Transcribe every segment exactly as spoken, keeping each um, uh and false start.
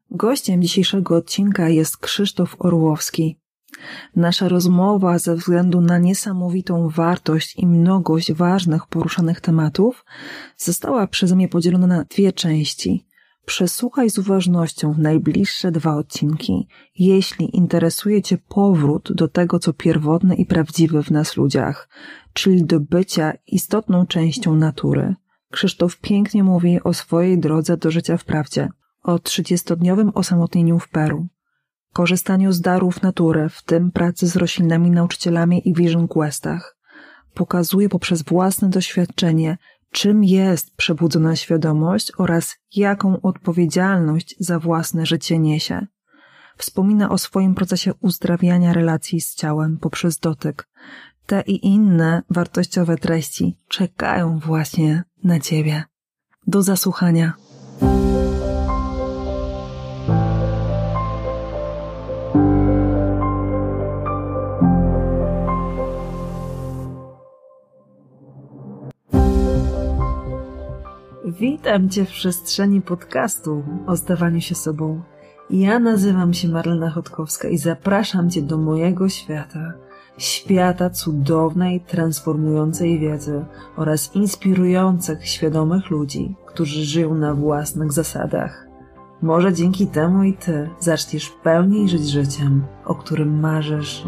Gościem dzisiejszego odcinka jest Krzysztof Orłowski. Nasza rozmowa ze względu na niesamowitą wartość i mnogość ważnych poruszanych tematów została przeze mnie podzielona na dwie części. Przesłuchaj z uważnością najbliższe dwa odcinki, jeśli interesuje Cię powrót do tego, co pierwotne i prawdziwe w nas ludziach, czyli do bycia istotną częścią natury. Krzysztof pięknie mówi o swojej drodze do życia w prawdzie, o trzydziestodniowym osamotnieniu w Peru, korzystaniu z darów natury, w tym pracy z roślinami nauczycielami i vision questach. Pokazuje poprzez własne doświadczenie, czym jest przebudzona świadomość oraz jaką odpowiedzialność za własne życie niesie. Wspomina o swoim procesie uzdrawiania relacji z ciałem poprzez dotyk. Te i inne wartościowe treści czekają właśnie na Ciebie. Do zasłuchania. Witam Cię w przestrzeni podcastu o stawaniu się sobą. Ja nazywam się Marlena Chodkowska i zapraszam Cię do mojego świata. Świata cudownej, transformującej wiedzy oraz inspirujących, świadomych ludzi, którzy żyją na własnych zasadach. Może dzięki temu i Ty zaczniesz pełniej żyć życiem, o którym marzysz.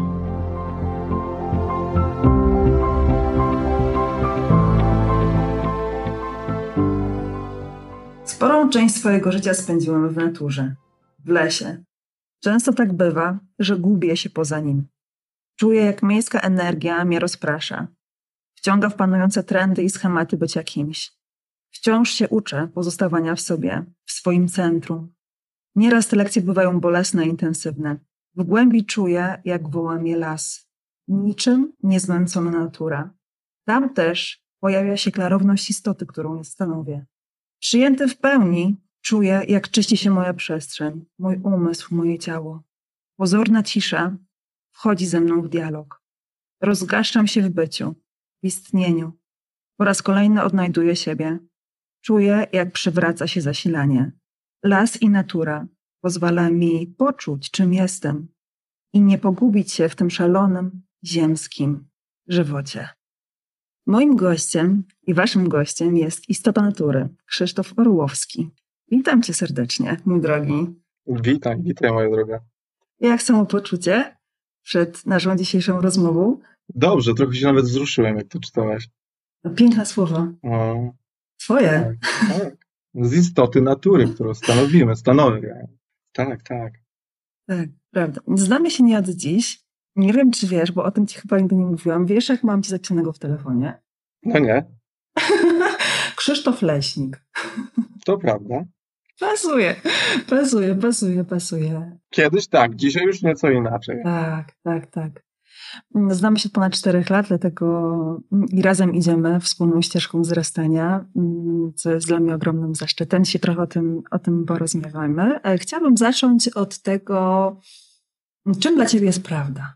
Sporą część swojego życia spędziłem w naturze, w lesie. Często tak bywa, że gubię się poza nim. Czuję, jak miejska energia mnie rozprasza. Wciąga w panujące trendy i schematy bycia kimś. Wciąż się uczę pozostawania w sobie, w swoim centrum. Nieraz te lekcje bywają bolesne i intensywne. W głębi czuję, jak woła mnie las. Niczym niezmęczona natura. Tam też pojawia się klarowność istoty, którą ja stanowię. Przyjęty w pełni czuję, jak czyści się moja przestrzeń, mój umysł, moje ciało. Pozorna cisza wchodzi ze mną w dialog. Rozgaszczam się w byciu, w istnieniu. Po raz kolejny odnajduję siebie. Czuję, jak przywraca się zasilanie. Las i natura pozwala mi poczuć, czym jestem i nie pogubić się w tym szalonym, ziemskim żywocie. Moim gościem i waszym gościem jest istota natury, Krzysztof Orłowski. Witam cię serdecznie, mój drogi. Witam, witaj moja droga. Jak samopoczucie przed naszą dzisiejszą rozmową? Dobrze, trochę się nawet wzruszyłem, jak to czytałaś. No, piękne słowo. O, Twoje. tak, tak. Z istoty natury, którą stanowimy, stanowię. Tak, tak. Tak, prawda. Znamy się nie od dziś. Nie wiem, czy wiesz, bo o tym ci chyba nigdy nie mówiłam. Wiesz, jak mam ci zapisanego w telefonie? No nie. Krzysztof Leśnik. To prawda. Pasuje, pasuje, pasuje, pasuje. Kiedyś tak, dzisiaj już nieco inaczej. Tak, tak, tak. Znamy się ponad czterech lat, dlatego i razem idziemy wspólną ścieżką wzrastania, co jest dla mnie ogromnym zaszczytem. Dzisiaj trochę o tym, o tym porozmawiamy. Chciałabym zacząć od tego, czym dla ciebie jest prawda?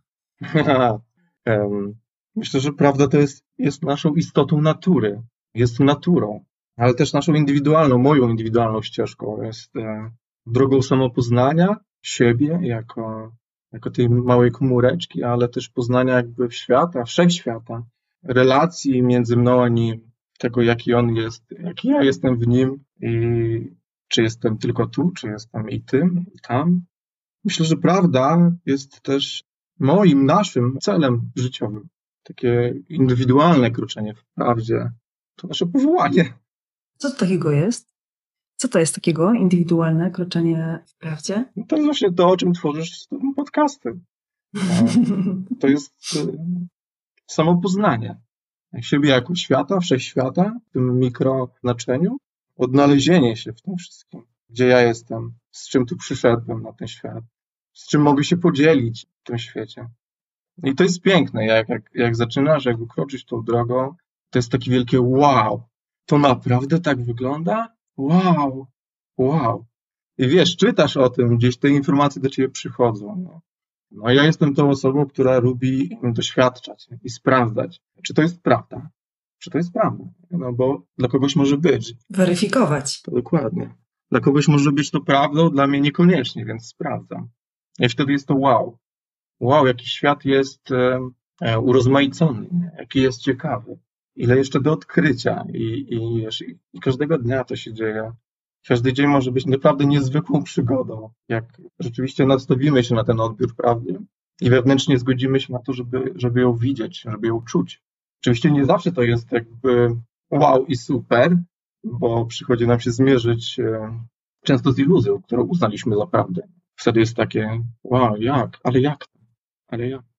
Myślę, że prawda to jest, jest naszą istotą natury. Jest naturą, ale też naszą indywidualną, moją indywidualną ścieżką. Jest e, drogą samopoznania siebie jako, jako tej małej komóreczki, ale też poznania jakby świata, wszechświata, relacji między mną a nim, tego jaki on jest, jaki ja jestem w nim i czy jestem tylko tu, czy jestem i tym, i tam. Myślę, że prawda jest też moim, naszym celem życiowym. Takie indywidualne kroczenie w prawdzie to nasze powołanie. Co to takiego jest? Co to jest takiego indywidualne kroczenie w prawdzie? No to jest właśnie to, o czym tworzysz z tym podcastem. To jest samopoznanie siebie jako świata, wszechświata, w tym mikroznaczeniu, odnalezienie się w tym wszystkim. Gdzie ja jestem, z czym tu przyszedłem na ten świat, z czym mogę się podzielić w tym świecie. I to jest piękne, jak, jak, jak zaczynasz jakby kroczyć tą drogą, to jest takie wielkie wow, to naprawdę tak wygląda? Wow, wow. I wiesz, czytasz o tym, gdzieś te informacje do ciebie przychodzą. No, no ja jestem tą osobą, która lubi doświadczać i sprawdzać, czy to jest prawda, czy to jest prawda, no bo dla kogoś może być. Weryfikować. To dokładnie. Dla kogoś może być to prawdą, dla mnie niekoniecznie, więc sprawdzam. I wtedy jest to wow. Wow, jaki świat jest e, e, urozmaicony, nie? Jaki jest ciekawy. Ile jeszcze do odkrycia i, i, wiesz, i, i każdego dnia to się dzieje. Każdy dzień może być naprawdę niezwykłą przygodą. Jak rzeczywiście nastawimy się na ten odbiór prawdy i wewnętrznie zgodzimy się na to, żeby, żeby ją widzieć, żeby ją czuć. Oczywiście nie zawsze to jest jakby wow i super, bo przychodzi nam się zmierzyć e, często z iluzją, którą uznaliśmy za prawdę. Wtedy jest takie, wow, jak, ale jak, ale jak.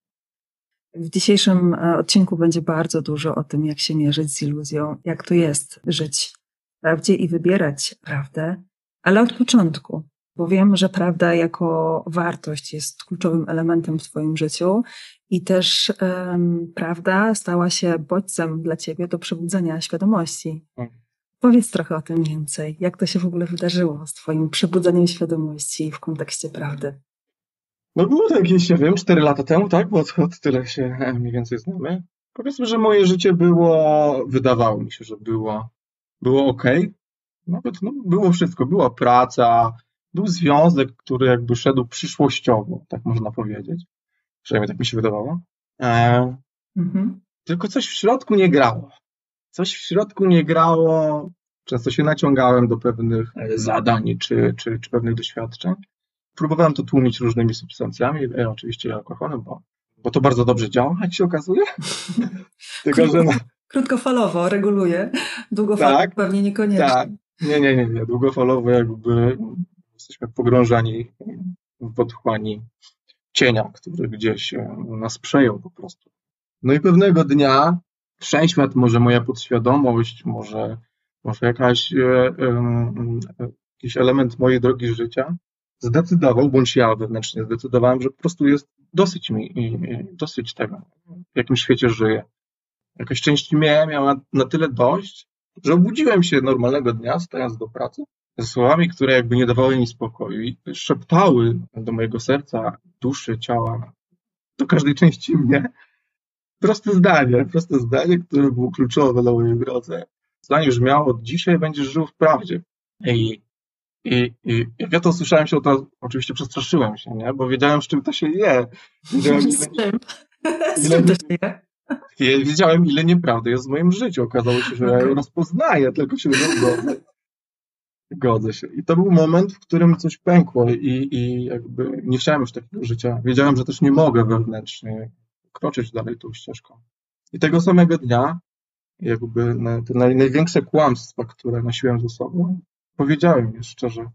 W dzisiejszym e, odcinku będzie bardzo dużo o tym, jak się mierzyć z iluzją, jak to jest żyć w prawdzie i wybierać prawdę, ale od początku, bo wiem, że prawda jako wartość jest kluczowym elementem w twoim życiu i też em, prawda stała się bodźcem dla ciebie do przebudzenia świadomości. Hmm. Powiedz trochę o tym więcej. Jak to się w ogóle wydarzyło z twoim przebudzeniem świadomości w kontekście prawdy? No było to jakieś, ja wiem, cztery lata temu, tak? Bo od, od tyle się e, mniej więcej znamy. Powiedzmy, że moje życie było, wydawało mi się, że było, było okej. Nawet no, było wszystko. Była praca, był związek, który jakby szedł przyszłościowo, tak można powiedzieć. Przynajmniej tak mi się wydawało. E, Mhm. tylko coś w środku nie grało. Coś w środku nie grało. Często się naciągałem do pewnych e, zadań czy, czy, czy pewnych doświadczeń. Próbowałem to tłumić różnymi substancjami, e, oczywiście alkoholem, bo, bo to bardzo dobrze działa, jak się okazuje. Tylko, że no, Krótkofalowo reguluje, długofalowo tak, pewnie niekoniecznie. tak. Nie, nie, nie, nie. Długofalowo jakby jesteśmy pogrążani w otchłani cienia, który gdzieś e, nas przejął po prostu. No i pewnego dnia wszechświat, może moja podświadomość, może, może jakaś, e, e, jakiś element mojej drogi życia zdecydował, bądź ja wewnętrznie zdecydowałem, że po prostu jest dosyć mi, i, i dosyć tego, w jakim świecie żyję. Jakaś część mnie miała na tyle dość, że obudziłem się normalnego dnia, stając do pracy, ze słowami, które jakby nie dawały mi spokoju i szeptały do mojego serca, duszy, ciała, do każdej części mnie. Proste zdanie, proste zdanie, które było kluczowe dla mojej drodze. Zdanie brzmiało: od dzisiaj będziesz żył w prawdzie. I, i, i jak ja to usłyszałem, się to oczywiście przestraszyłem się, nie? Bo wiedziałem, z czym to się je. Wiedziałem, ile, Z czym? Z ile, czym to się je? wiedziałem, ile nieprawdy jest w moim życiu. Okazało się, że ja ją rozpoznaję, tylko się nie godzę. Godzę się. I to był moment, w którym coś pękło i, i jakby nie chciałem już takiego życia. Wiedziałem, że też nie mogę wewnętrznie kroczyć dalej tą ścieżką. I tego samego dnia jakby na te naj, największe kłamstwa, które nosiłem ze sobą, powiedziałem je szczerze.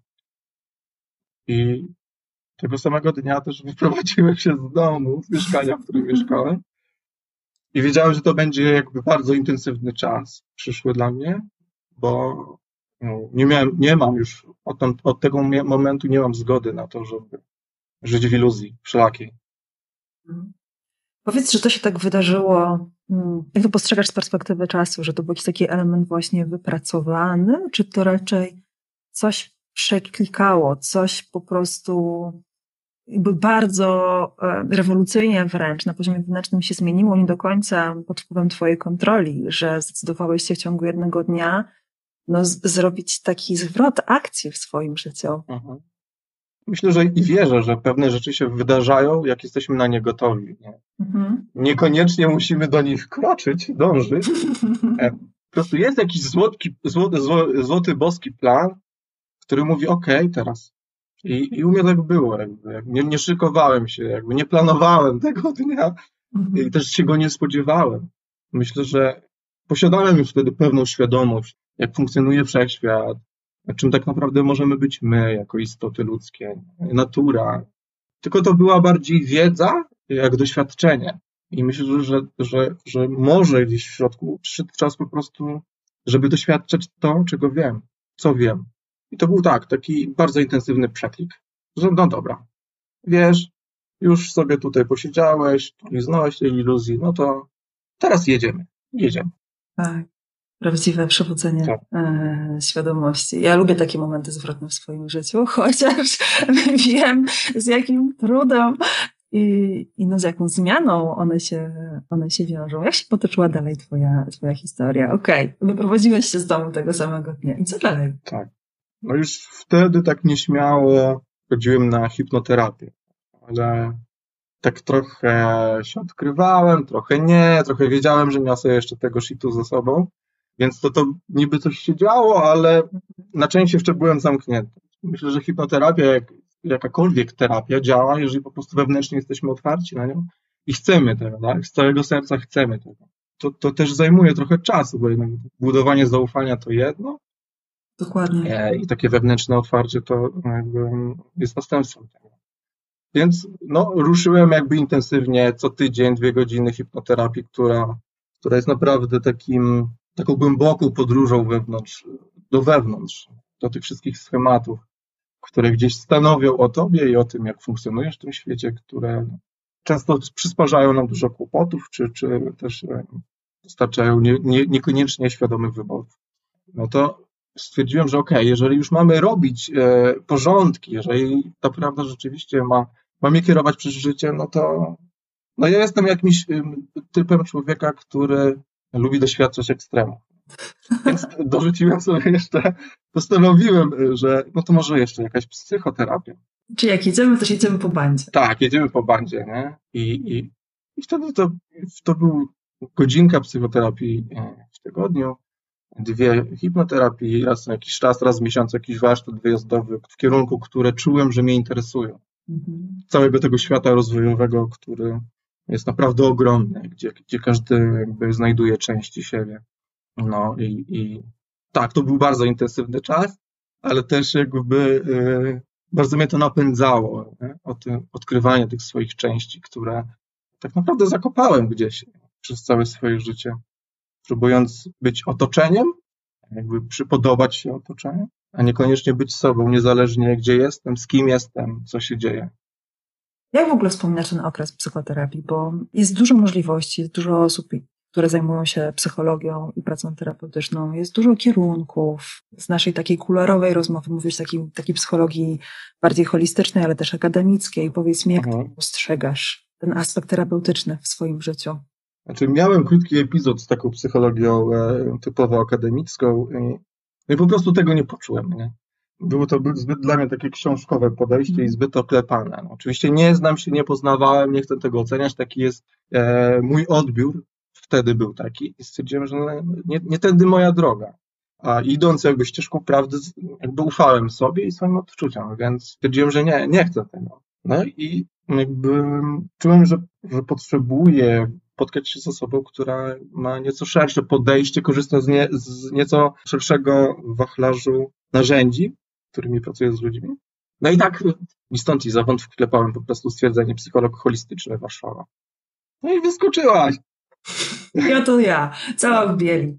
I tego samego dnia też wyprowadziłem się z domu, z mieszkania, w którym mieszkałem. I wiedziałem, że to będzie jakby bardzo intensywny czas przyszły dla mnie, bo no, nie miałem, nie mam już, od, tam, od tego momentu nie mam zgody na to, żeby żyć w iluzji wszelakiej. Powiedz, że to się tak wydarzyło, jak to postrzegasz z perspektywy czasu, że to był jakiś taki element właśnie wypracowany, czy to raczej coś przeklikało, coś po prostu jakby bardzo rewolucyjnie wręcz na poziomie wewnętrznym się zmieniło, nie do końca pod wpływem twojej kontroli, że zdecydowałeś się w ciągu jednego dnia no, z- zrobić taki zwrot akcji w swoim życiu. Mhm. Myślę, że i wierzę, że pewne rzeczy się wydarzają, jak jesteśmy na nie gotowi. Nie? Mhm. Niekoniecznie musimy do nich kroczyć, dążyć. E, Po prostu jest jakiś złotki, złoty, zło- złoty boski plan, który mówi: OK, teraz. I, i u mnie tak było. Jakby. Jak Nie, nie szykowałem się, jakby nie planowałem tego dnia i też się go nie spodziewałem. Myślę, że posiadałem już wtedy pewną świadomość, jak funkcjonuje wszechświat, czym tak naprawdę możemy być my, jako istoty ludzkie, natura. Tylko to była bardziej wiedza, jak doświadczenie. I myślę, że, że, że może gdzieś w środku przyszedł czas po prostu, żeby doświadczać to, czego wiem, co wiem. I to był tak, taki bardzo intensywny przeklik, że no dobra, wiesz, już sobie tutaj posiedziałeś, nie znałeś tej iluzji, no to teraz jedziemy, jedziemy. Tak, prawdziwe przebudzenie Tak. e, świadomości. Ja lubię takie momenty zwrotne w swoim życiu, chociaż wiem, z jakim trudem i, i no, z jaką zmianą one się, one się wiążą. Jak się potoczyła dalej twoja, twoja historia? Okej, wyprowadziłeś się z domu tego samego dnia. I co dalej? Tak. No już wtedy tak nieśmiało chodziłem na hipnoterapię, ale tak trochę się odkrywałem, trochę nie, trochę wiedziałem, że niosę jeszcze tego shitu ze sobą, więc to, to niby coś się działo, ale na część jeszcze byłem zamknięty. Myślę, że hipnoterapia, jak jakakolwiek terapia działa, jeżeli po prostu wewnętrznie jesteśmy otwarci na nią i chcemy tego, tak? Z całego serca chcemy tego. To, to też zajmuje trochę czasu, bo jednak budowanie zaufania to jedno, Dokładnie. e, i takie wewnętrzne otwarcie to jakby jest następstwem tego. Więc no, ruszyłem jakby intensywnie co tydzień, dwie godziny hipnoterapii, która, która jest naprawdę takim, taką głęboką podróżą wewnątrz, do wewnątrz, do tych wszystkich schematów, które gdzieś stanowią o tobie i o tym, jak funkcjonujesz w tym świecie, które często przysparzają nam dużo kłopotów, czy, czy też dostarczają nie, nie, niekoniecznie świadomych wyborów. No to stwierdziłem, że okej, okay, jeżeli już mamy robić e, porządki, jeżeli ta prawda rzeczywiście ma, ma mnie kierować przez życie, no to no ja jestem jakimś e, typem człowieka, który lubi doświadczać ekstremów. Więc dorzuciłem sobie jeszcze, postanowiłem, że no to może jeszcze jakaś psychoterapia. Czyli jak jedziemy, to jedziemy po bandzie. Tak, jedziemy po bandzie, nie? I, i, i wtedy to, to był godzinka psychoterapii w tygodniu, dwie hipnoterapii, raz na jakiś czas, raz w miesiącu jakiś warsztat wyjazdowy w kierunku, które czułem, że mnie interesują. Mhm. Całego tego świata rozwojowego, który jest naprawdę ogromny, gdzie, gdzie każdy jakby znajduje części siebie. No i, i tak, to był bardzo intensywny czas, ale też jakby yy, bardzo mnie to napędzało, nie? O tym odkrywanie tych swoich części, które tak naprawdę zakopałem gdzieś przez całe swoje życie, próbując być otoczeniem, jakby przypodobać się otoczeniu, a niekoniecznie być sobą, niezależnie gdzie jestem, z kim jestem, co się dzieje. Jak w ogóle wspominasz ten okres psychoterapii? Bo jest dużo możliwości, jest dużo osób, które zajmują się psychologią i pracą terapeutyczną. Jest dużo kierunków. Z naszej takiej kuluarowej rozmowy mówisz takiej, takiej psychologii bardziej holistycznej, ale też akademickiej. Powiedz mi, jak mhm. ty postrzegasz ten aspekt terapeutyczny w swoim życiu? Znaczy, miałem krótki epizod z taką psychologią e, typowo akademicką i, i po prostu tego nie poczułem. Nie? Było to zbyt dla mnie takie książkowe podejście mm. i zbyt oklepane. No, oczywiście nie znam się, nie poznawałem, nie chcę tego oceniać. Taki jest e, mój odbiór. Wtedy był taki i stwierdziłem, że nie, nie tędy moja droga. A idąc jakby ścieżką prawdy, jakby ufałem sobie i swoim odczuciom, więc stwierdziłem, że nie, nie chcę tego. No i jakby czułem, że, że potrzebuję spotkać się z osobą, która ma nieco szersze podejście, korzysta z, nie, z nieco szerszego wachlarzu narzędzi, którymi pracuję z ludźmi. No i tak ni stąd i zowąd wklepałem po prostu stwierdzenie psycholog holistyczny Warszawa. No i wyskoczyłaś. Ja to ja, cała w bieli.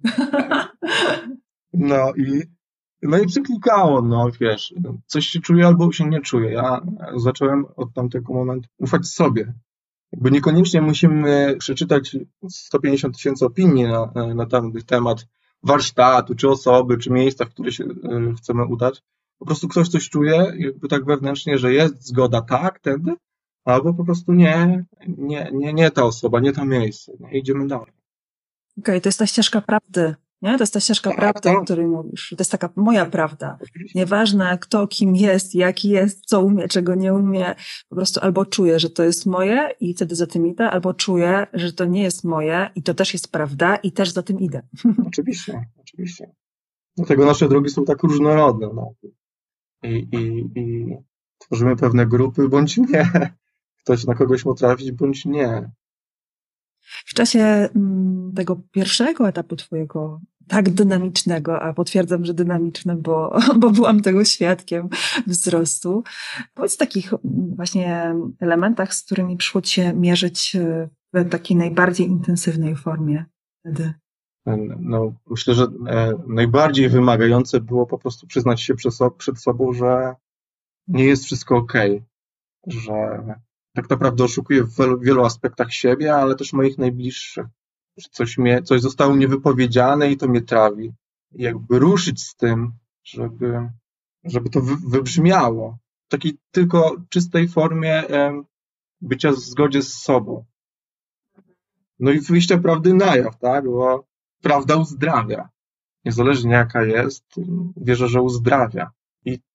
No i, no i przyklikało, no wiesz, coś się czuje albo się nie czuje. Ja zacząłem od tamtego momentu ufać sobie. Jakby niekoniecznie musimy przeczytać sto pięćdziesiąt tysięcy opinii na, na tamty temat warsztatu, czy osoby, czy miejsca, w które się chcemy udać. Po prostu ktoś coś czuje, jakby tak wewnętrznie, że jest zgoda tak, tędy, albo po prostu nie, nie, nie, nie ta osoba, nie to miejsce, nie, idziemy dalej. Okej, okay, to jest ta ścieżka prawdy, nie? To jest ta ścieżka tak, prawdy, tak. O której mówisz. To jest taka moja prawda. Nieważne kto, kim jest, jaki jest, co umie, czego nie umie. Po prostu albo czuję, że to jest moje i wtedy za tym idę, albo czuję, że to nie jest moje i to też jest prawda i też za tym idę. Oczywiście, oczywiście. Dlatego nasze drogi są tak różnorodne. No. I, i, I tworzymy pewne grupy, bądź nie. Ktoś na kogoś ma trafić, bądź nie. W czasie tego pierwszego etapu twojego tak dynamicznego, a potwierdzam, że dynamiczny, bo, bo byłam tego świadkiem wzrostu, powiedz o takich właśnie elementach, z którymi przyszło ci się mierzyć w takiej najbardziej intensywnej formie wtedy. No, myślę, że najbardziej wymagające było po prostu przyznać się przed sobą, że nie jest wszystko okej, że tak naprawdę oszukuję w wielu aspektach siebie, ale też moich najbliższych. Że coś, mnie, coś zostało niewypowiedziane i to mnie trawi. I jakby ruszyć z tym, żeby, żeby to wy, wybrzmiało. W takiej tylko czystej formie em, bycia w zgodzie z sobą. No i wyjścia prawdy na jaw, tak? Bo prawda uzdrawia. Niezależnie jaka jest, wierzę, że uzdrawia.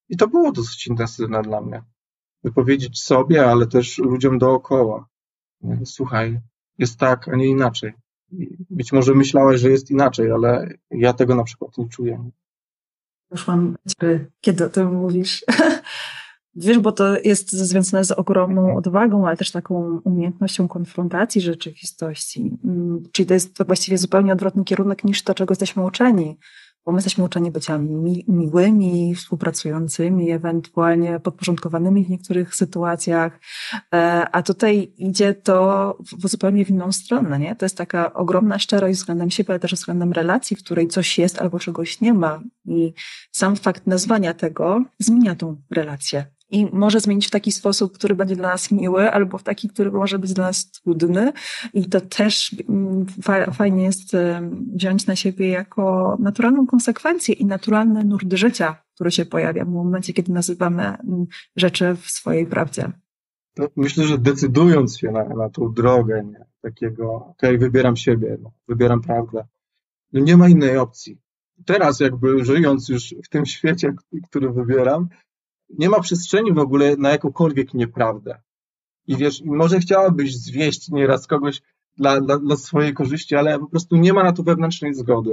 I to było dosyć intensywne dla mnie. Wypowiedzieć sobie, ale też ludziom dookoła. Nie? Słuchaj, jest tak, a nie inaczej. I być może myślałeś, że jest inaczej, ale ja tego na przykład nie czuję. Już mam, kiedy o tym mówisz. Wiesz, bo to jest związane z ogromną odwagą, ale też taką umiejętnością konfrontacji rzeczywistości. Czyli to jest to właściwie zupełnie odwrotny kierunek niż to, czego jesteśmy uczeni. Bo my jesteśmy uczeni bycia mi, miłymi, współpracującymi, ewentualnie podporządkowanymi w niektórych sytuacjach, a tutaj idzie to w zupełnie w inną stronę, nie? To jest taka ogromna szczerość względem siebie, ale też względem relacji, w której coś jest albo czegoś nie ma. I sam fakt nazwania tego zmienia tą relację. I może zmienić w taki sposób, który będzie dla nas miły, albo w taki, który może być dla nas trudny. I to też fajnie jest wziąć na siebie jako naturalną konsekwencję i naturalny nurt życia, który się pojawia w momencie, kiedy nazywamy rzeczy w swojej prawdzie. To myślę, że decydując się na, na tą drogę, nie? Takiego, okej, okay, wybieram siebie, no, wybieram prawdę, no nie ma innej opcji. Teraz jakby żyjąc już w tym świecie, który wybieram, nie ma przestrzeni w ogóle na jakąkolwiek nieprawdę. I wiesz, może chciałabyś zwieść nieraz kogoś dla, dla, dla swojej korzyści, ale po prostu nie ma na to wewnętrznej zgody.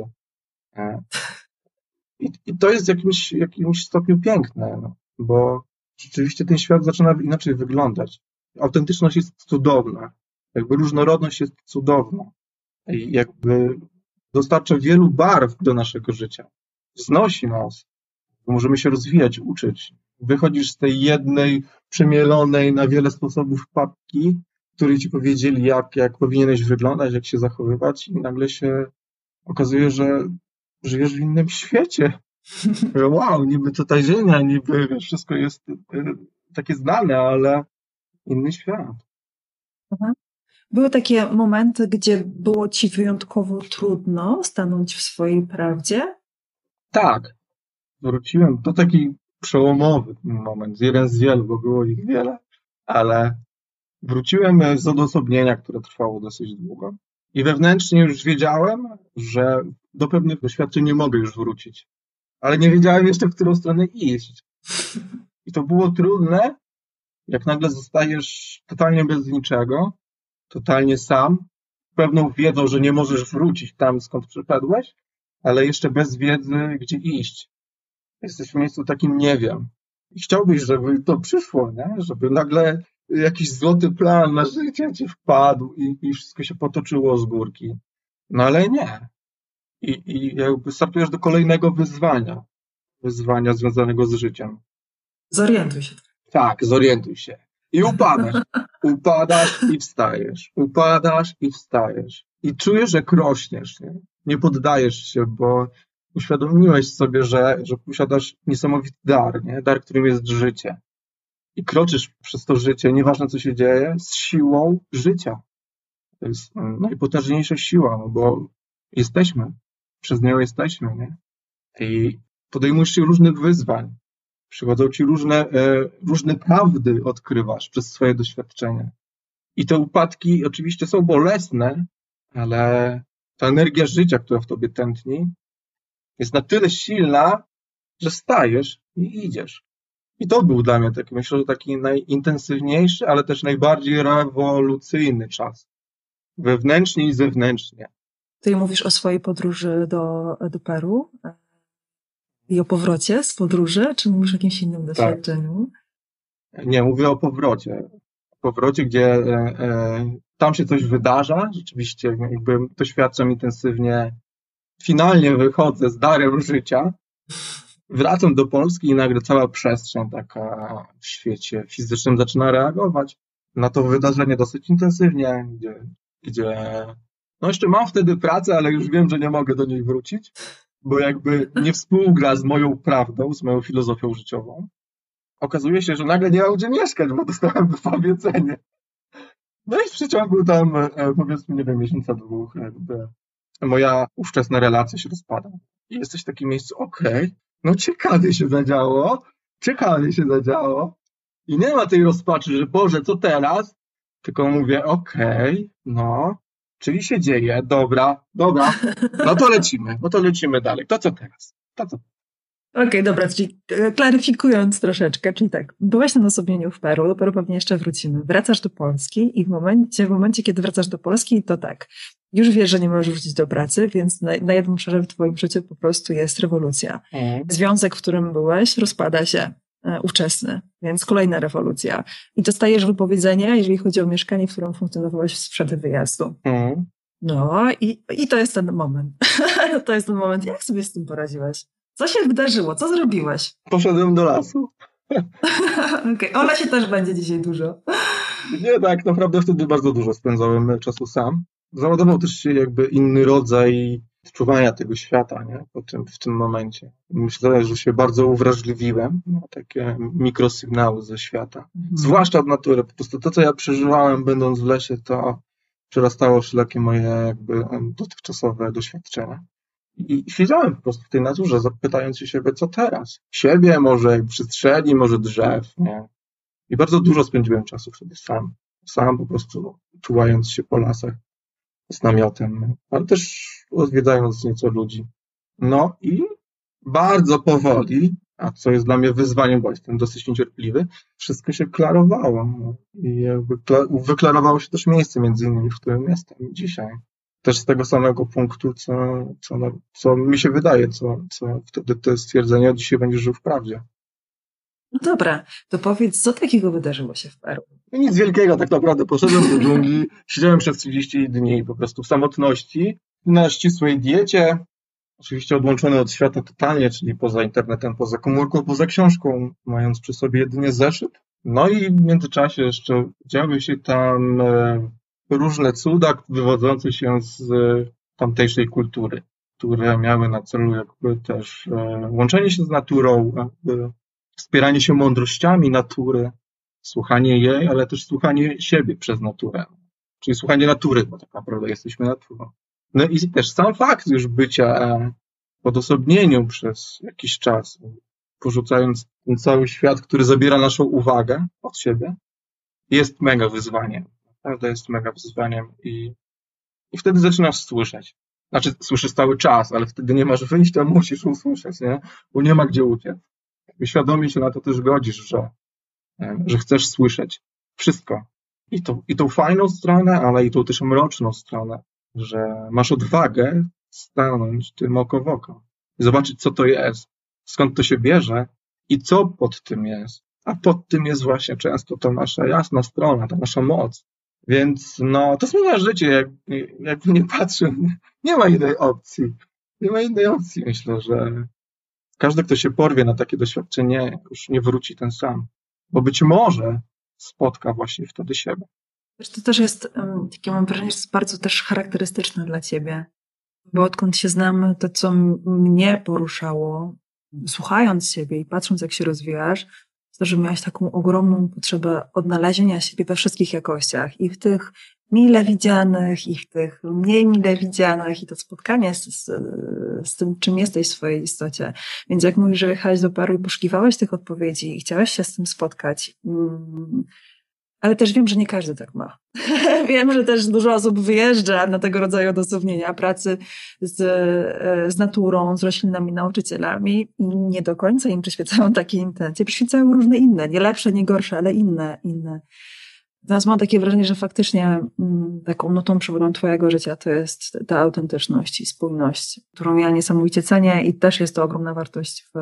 I, i to jest w jakimś, jakimś stopniu piękne, no, bo rzeczywiście ten świat zaczyna inaczej wyglądać. Autentyczność jest cudowna, jakby różnorodność jest cudowna i jakby dostarcza wielu barw do naszego życia. Wznosi nas, możemy się rozwijać, uczyć. Wychodzisz z tej jednej, przemielonej na wiele sposobów papki, której ci powiedzieli, jak, jak powinieneś wyglądać, jak się zachowywać, i nagle się okazuje, że żyjesz w innym świecie. Wow, niby tutaj ziemia, niby wiesz, wszystko jest takie znane, ale inny świat. Były takie momenty, gdzie było ci wyjątkowo trudno stanąć w swojej prawdzie? Tak. Wróciłem, to taki przełomowy moment, jeden z wielu, bo było ich wiele, ale wróciłem z odosobnienia, które trwało dosyć długo i wewnętrznie już wiedziałem, że do pewnych doświadczeń nie mogę już wrócić, ale nie wiedziałem jeszcze, w którą stronę iść. I to było trudne, jak nagle zostajesz totalnie bez niczego, totalnie sam, pewną wiedzą, że nie możesz wrócić tam, skąd przyszedłeś, ale jeszcze bez wiedzy, gdzie iść. Jesteś w miejscu takim nie wiem. I chciałbyś, żeby to przyszło, nie? Żeby nagle jakiś złoty plan na życie ci wpadł i, i wszystko się potoczyło z górki. No ale nie. I, i jakby startujesz do kolejnego wyzwania. Wyzwania związanego z życiem. Zorientuj się. Tak, zorientuj się. I upadasz. Upadasz i wstajesz. Upadasz i wstajesz. I czujesz, że rośniesz, nie? Nie poddajesz się, bo uświadomiłeś sobie, że, że posiadasz niesamowity dar, nie? Dar, którym jest życie. I kroczysz przez to życie, nieważne co się dzieje, z siłą życia. To jest najpotężniejsza siła, no bo jesteśmy. Przez nią jesteśmy, nie? I podejmujesz się różnych wyzwań. Przychodzą ci różne, e, różne prawdy, odkrywasz przez swoje doświadczenie. I te upadki oczywiście są bolesne, ale ta energia życia, która w tobie tętni, jest na tyle silna, że wstajesz i idziesz. I to był dla mnie taki, myślę, że taki najintensywniejszy, ale też najbardziej rewolucyjny czas. Wewnętrznie i zewnętrznie. Ty mówisz o swojej podróży do, do Peru i o powrocie z podróży, czy mówisz o jakimś innym doświadczeniu? Tak. Nie, mówię o powrocie. O powrocie, gdzie e, e, tam się coś wydarza, rzeczywiście jakby doświadczam intensywnie. Finalnie wychodzę z darem życia, wracam do Polski i nagle cała przestrzeń taka w świecie fizycznym zaczyna reagować na to wydarzenie dosyć intensywnie, gdzie, gdzie no jeszcze mam wtedy pracę, ale już wiem, że nie mogę do niej wrócić, bo jakby nie współgra z moją prawdą, z moją filozofią życiową. Okazuje się, że nagle nie mam gdzie mieszkać, bo dostałem wypowiedzenie. No i w przeciągu tam, powiedzmy, nie wiem, miesiąca, dwóch, jakby moja ówczesna relacja się rozpada. I jesteś w takim miejscu, okej, okay, no ciekawie się zadziało, ciekawie się zadziało. I nie ma tej rozpaczy, że Boże, co teraz? Tylko mówię, okej, okay, no, czyli się dzieje, dobra, dobra, no to lecimy, no to lecimy dalej. To co teraz? To co? Okej, dobra, czyli e, klaryfikując troszeczkę, czyli tak, byłeś na osobnieniu w Peru, do Peru pewnie jeszcze wrócimy. Wracasz do Polski i w momencie, w momencie, kiedy wracasz do Polski, to tak, już wiesz, że nie możesz wrócić do pracy, więc na, na jednym obszarze w twoim życiu po prostu jest rewolucja. Mhm. Związek, w którym byłeś, rozpada się, e, ówczesny, więc kolejna rewolucja. I dostajesz wypowiedzenie, jeżeli chodzi o mieszkanie, w którym funkcjonowałeś sprzed wyjazdu. Mhm. No i, i to jest ten moment. To jest ten moment. Jak sobie z tym poradziłeś? Co się wydarzyło? Co zrobiłeś? Poszedłem do lasu. Okej, Ola się też będzie dzisiaj dużo. Nie, tak naprawdę wtedy bardzo dużo spędzałem czasu sam. Załadował też się jakby inny rodzaj odczuwania tego świata, nie? Po tym, w tym momencie. Myślę, że się bardzo uwrażliwiłem na takie mikrosygnały ze świata. Mhm. Zwłaszcza od natury. Po prostu to, co ja przeżywałem będąc w lesie, to przerastało wszelakie moje jakby em, dotychczasowe doświadczenia. I siedziałem po prostu w tej naturze, zapytając się siebie, co teraz? Siebie, może przestrzeni, może drzew, nie? I bardzo dużo spędziłem czasu wtedy sam. Sam po prostu tułając się po lasach z namiotem, ale też odwiedzając nieco ludzi. No i bardzo powoli, a co jest dla mnie wyzwaniem, bo jestem dosyć niecierpliwy, wszystko się klarowało. No. I jakby kla- wyklarowało się też miejsce między innymi, w którym jestem dzisiaj. Też z tego samego punktu, co, co, no, co mi się wydaje, co, co wtedy to stwierdzenie, od dzisiaj będziesz żył w prawdzie. No dobra, to powiedz, co takiego wydarzyło się w Peru? No nic wielkiego tak naprawdę. Poszedłem do dżungli, siedziałem przez trzydzieści dni po prostu w samotności, na ścisłej diecie, oczywiście odłączony od świata totalnie, czyli poza internetem, poza komórką, poza książką, mając przy sobie jedynie zeszyt. No i w międzyczasie jeszcze działy się tam e, różne cuda wywodzące się z e, tamtejszej kultury, które miały na celu jakby też e, łączenie się z naturą, jakby wspieranie się mądrościami natury, słuchanie jej, ale też słuchanie siebie przez naturę. Czyli słuchanie natury, bo tak naprawdę jesteśmy naturą. No i też sam fakt już bycia w odosobnieniu przez jakiś czas, porzucając ten cały świat, który zabiera naszą uwagę od siebie, jest mega wyzwaniem. Naprawdę jest mega wyzwaniem i, i wtedy zaczynasz słyszeć. Znaczy, słyszysz cały czas, ale wtedy nie masz wyjścia, musisz usłyszeć, nie? Bo nie ma gdzie uciec. Świadomie się na to też godzisz, że, że chcesz słyszeć wszystko. I, to, I tą fajną stronę, ale i tą też mroczną stronę, że masz odwagę stanąć tym oko w oko i zobaczyć, co to jest, skąd to się bierze i co pod tym jest. A pod tym jest właśnie często ta nasza jasna strona, ta nasza moc. Więc no, to zmienia życie, jak, jak nie patrzę, nie ma innej opcji. Nie ma innej opcji, myślę, że każdy, kto się porwie na takie doświadczenie, już nie wróci ten sam. Bo być może spotka właśnie wtedy siebie. Wiesz, to też jest, um, takie mam wrażenie, że jest bardzo też charakterystyczne dla ciebie. Bo odkąd się znamy, to co m- mnie poruszało, słuchając siebie i patrząc, jak się rozwijasz, to, że miałaś taką ogromną potrzebę odnalezienia siebie we wszystkich jakościach. I w tych mile widzianych, i w tych mniej mile widzianych, i to spotkanie z, z, z tym, czym jesteś w swojej istocie. Więc jak mówisz, że jechałeś do Peru i poszukiwałeś tych odpowiedzi i chciałeś się z tym spotkać, mm, ale też wiem, że nie każdy tak ma. Wiem, że też dużo osób wyjeżdża na tego rodzaju odosobnienia, pracy z, z naturą, z roślinami, nauczycielami i nie do końca im przyświecają takie intencje. Przyświecają różne inne, nie lepsze, nie gorsze, ale inne, inne. Natomiast mam takie wrażenie, że faktycznie mm, taką notą przewodnią twojego życia to jest ta autentyczność i spójność, którą ja niesamowicie cenię i też jest to ogromna wartość w,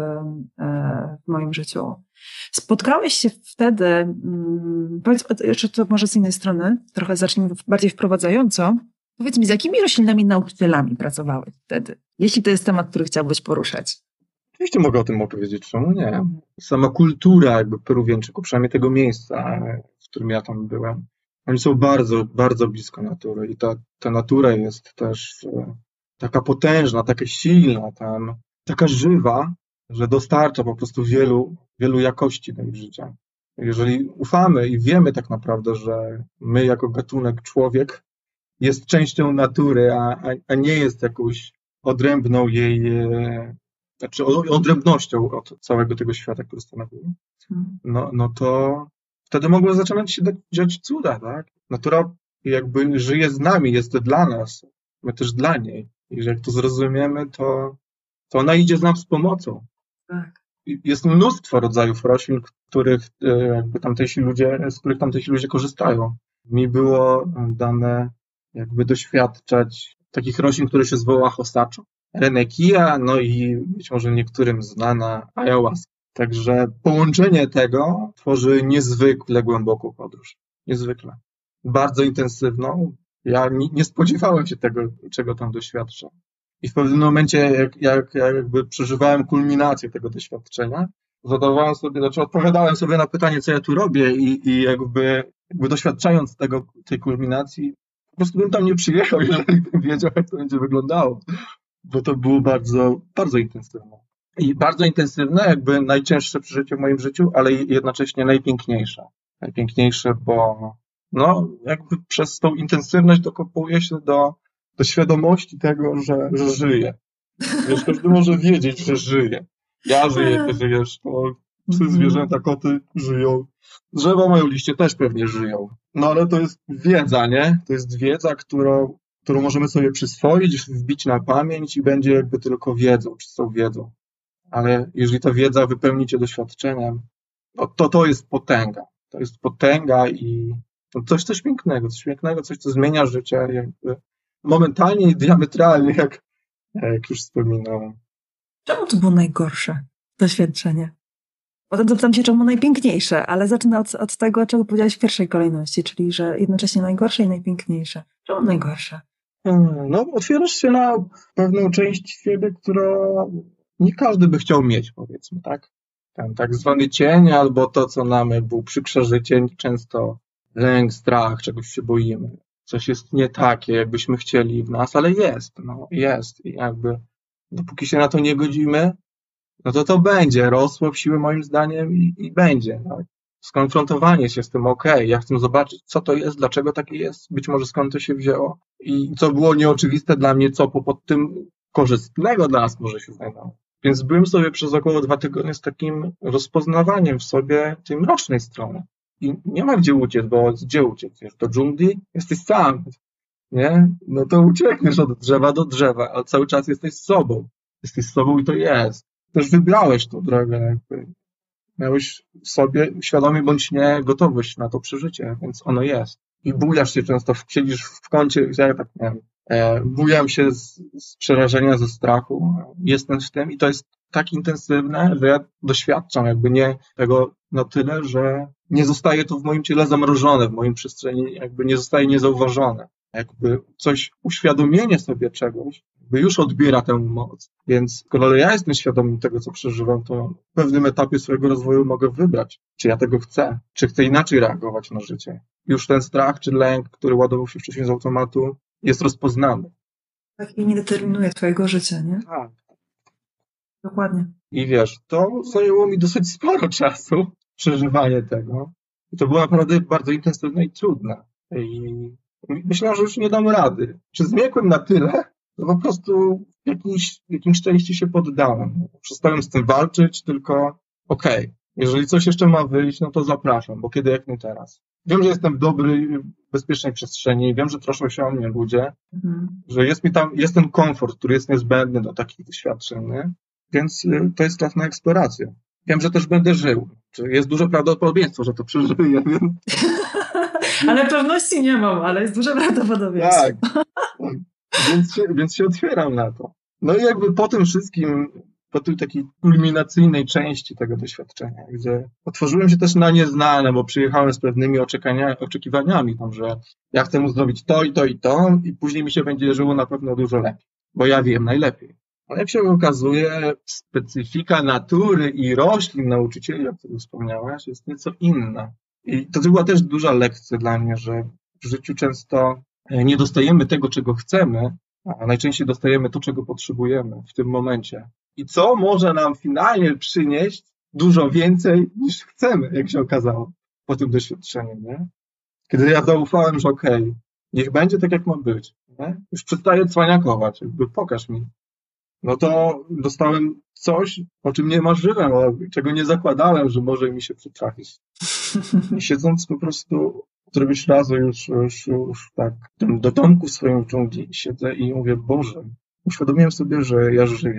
e, w moim życiu. Spotkałeś się wtedy, mm, powiedz jeszcze to może z innej strony, trochę zacznijmy bardziej wprowadzająco. Powiedz mi, z jakimi roślinami i nauczycielami pracowałeś wtedy? Jeśli to jest temat, który chciałbyś poruszać. Oczywiście mogę o tym opowiedzieć, czemu nie? Sama kultura jakby Peruwianczyków, przynajmniej tego miejsca, w którym ja tam byłem, oni są bardzo, bardzo blisko natury i ta, ta natura jest też e, taka potężna, taka silna tam, taka żywa, że dostarcza po prostu wielu, wielu jakości do ich życia. Jeżeli ufamy i wiemy tak naprawdę, że my jako gatunek człowiek jest częścią natury, a, a, a nie jest jakąś odrębną jej, e, znaczy odrębnością od całego tego świata, który stanowimy, no, no to wtedy mogły zaczynać się dziać cuda, tak? Natura jakby żyje z nami, jest dla nas, my też dla niej. I że jak to zrozumiemy, to, to ona idzie z nam z pomocą. Tak. Jest mnóstwo rodzajów roślin, których jakby tamtejsi ludzie, z których tamtejsi ludzie korzystają. Mi było dane jakby doświadczać takich roślin, które się zwoła hosaczo, Renekija, no i być może niektórym znana ayahuasca. Także połączenie tego tworzy niezwykle głęboką podróż. Niezwykle. Bardzo intensywną. Ja nie, nie spodziewałem się tego, czego tam doświadczam. I w pewnym momencie, jak, jak, jak jakby przeżywałem kulminację tego doświadczenia, zadawałem sobie, znaczy odpowiadałem sobie na pytanie, co ja tu robię i, i jakby, jakby doświadczając tego, tej kulminacji, po prostu bym tam nie przyjechał, jeżeli bym wiedział, jak to będzie wyglądało. Bo to było bardzo, bardzo intensywne. I bardzo intensywne, jakby najcięższe przeżycie w moim życiu, ale jednocześnie najpiękniejsze. Najpiękniejsze, bo no, jakby przez tą intensywność dokopuje się do, do świadomości tego, że, że żyję. Wiesz, każdy może wiedzieć, że żyje. Ja żyję, ty żyjesz, to psy, zwierzęta, koty żyją. Drzewa mają liście, też pewnie żyją. No ale to jest wiedza, nie? To jest wiedza, którą, którą możemy sobie przyswoić, wbić na pamięć i będzie jakby tylko wiedzą, czystą wiedzą. Ale jeżeli ta wiedza wypełni cię doświadczeniem, no to to jest potęga. To jest potęga i coś, coś pięknego, coś pięknego, coś, co zmienia życie jakby momentalnie i diametralnie, jak, jak już wspominałem. Czemu to było najgorsze doświadczenie? Potem zapytam cię, czemu najpiękniejsze, ale zacznę od, od tego, czego powiedziałeś w pierwszej kolejności, czyli że jednocześnie najgorsze i najpiękniejsze. Czemu najgorsze? No, otwierasz się na pewną część siebie, którą nie każdy by chciał mieć, powiedzmy, tak? Ten tak zwany cień, albo to, co nam jakby uprzykrza życie, często lęk, strach, czegoś się boimy. Coś jest nie takie, jakbyśmy chcieli w nas, ale jest, no jest. I jakby dopóki się na to nie godzimy, no to to będzie rosło w siłę moim zdaniem i, i będzie. Tak? Skonfrontowanie się z tym, okej, okay, ja chcę zobaczyć, co to jest, dlaczego takie jest, być może skąd to się wzięło i co było nieoczywiste dla mnie, co po, pod tym korzystnego dla nas może się znajdowało. Więc byłem sobie przez około dwa tygodnie z takim rozpoznawaniem w sobie tej mrocznej strony. I nie ma gdzie uciec, bo gdzie uciec? Jest do dżungli? Jesteś sam, nie? No to uciekniesz od drzewa do drzewa, ale cały czas jesteś sobą. Jesteś sobą i to jest. Też wybrałeś tą drogę, jakby. Miałeś w sobie, świadomie bądź nie, gotowość na to przeżycie, więc ono jest. I bujasz się często, siedzisz w kącie, ja tak miałem, e, bujam się z, z przerażenia, ze strachu, jestem w tym i to jest tak intensywne, że ja doświadczam jakby nie tego na tyle, że nie zostaje to w moim ciele zamrożone, w moim przestrzeni jakby nie zostaje niezauważone. Jakby coś, uświadomienie sobie czegoś, jakby już odbiera tę moc. Więc skoro ja jestem świadomy tego, co przeżywam, to w pewnym etapie swojego rozwoju mogę wybrać, czy ja tego chcę, czy chcę inaczej reagować na życie. Już ten strach czy lęk, który ładował się wcześniej z automatu, jest rozpoznany. Tak i nie determinuje twojego życia, nie? Tak. Dokładnie. I wiesz, to zajęło mi dosyć sporo czasu, przeżywanie tego. I to było naprawdę bardzo intensywne i trudne. I myślałem, że już nie dam rady. Czy zmiękłem na tyle, że po prostu w jakimś, w jakimś części się poddałem. Przestałem z tym walczyć, tylko okej, okay, jeżeli coś jeszcze ma wyjść, no to zapraszam, bo kiedy jak nie teraz. Wiem, że jestem w dobrej, bezpiecznej przestrzeni, wiem, że troszczą się o mnie ludzie, mhm. że jest mi tam, jest ten komfort, który jest niezbędny do takich doświadczeń, nie? Więc to jest czas na eksplorację. Wiem, że też będę żył. Jest duże prawdopodobieństwo, że to przeżyję, więc... Ale pewności nie mam, ale jest duże prawdopodobieństwo. Tak, tak. Więc, się, więc się otwieram na to. No i jakby po tym wszystkim, po tej takiej kulminacyjnej części tego doświadczenia, gdzie otworzyłem się też na nieznane, bo przyjechałem z pewnymi oczekiwaniami, tam, że ja chcę mu zrobić to i to i to i później mi się będzie żyło na pewno dużo lepiej, bo ja wiem najlepiej. Ale jak się okazuje, specyfika natury i roślin nauczycieli, o których wspomniałaś, jest nieco inna. I to była też duża lekcja dla mnie, że w życiu często nie dostajemy tego, czego chcemy, a najczęściej dostajemy to, czego potrzebujemy w tym momencie. I co może nam finalnie przynieść dużo więcej niż chcemy, jak się okazało po tym doświadczeniu, nie? Kiedy ja zaufałem, że okej, okay, niech będzie tak, jak ma być, nie? Już przestaję cwaniakować, jakby pokaż mi. No to dostałem coś, o czym nie marzyłem, o czego nie zakładałem, że może mi się przytrafić. I siedząc po prostu któregoś razu już, już, już tak do domku w swoim dżungli siedzę i mówię, Boże, uświadomiłem sobie, że ja żyję.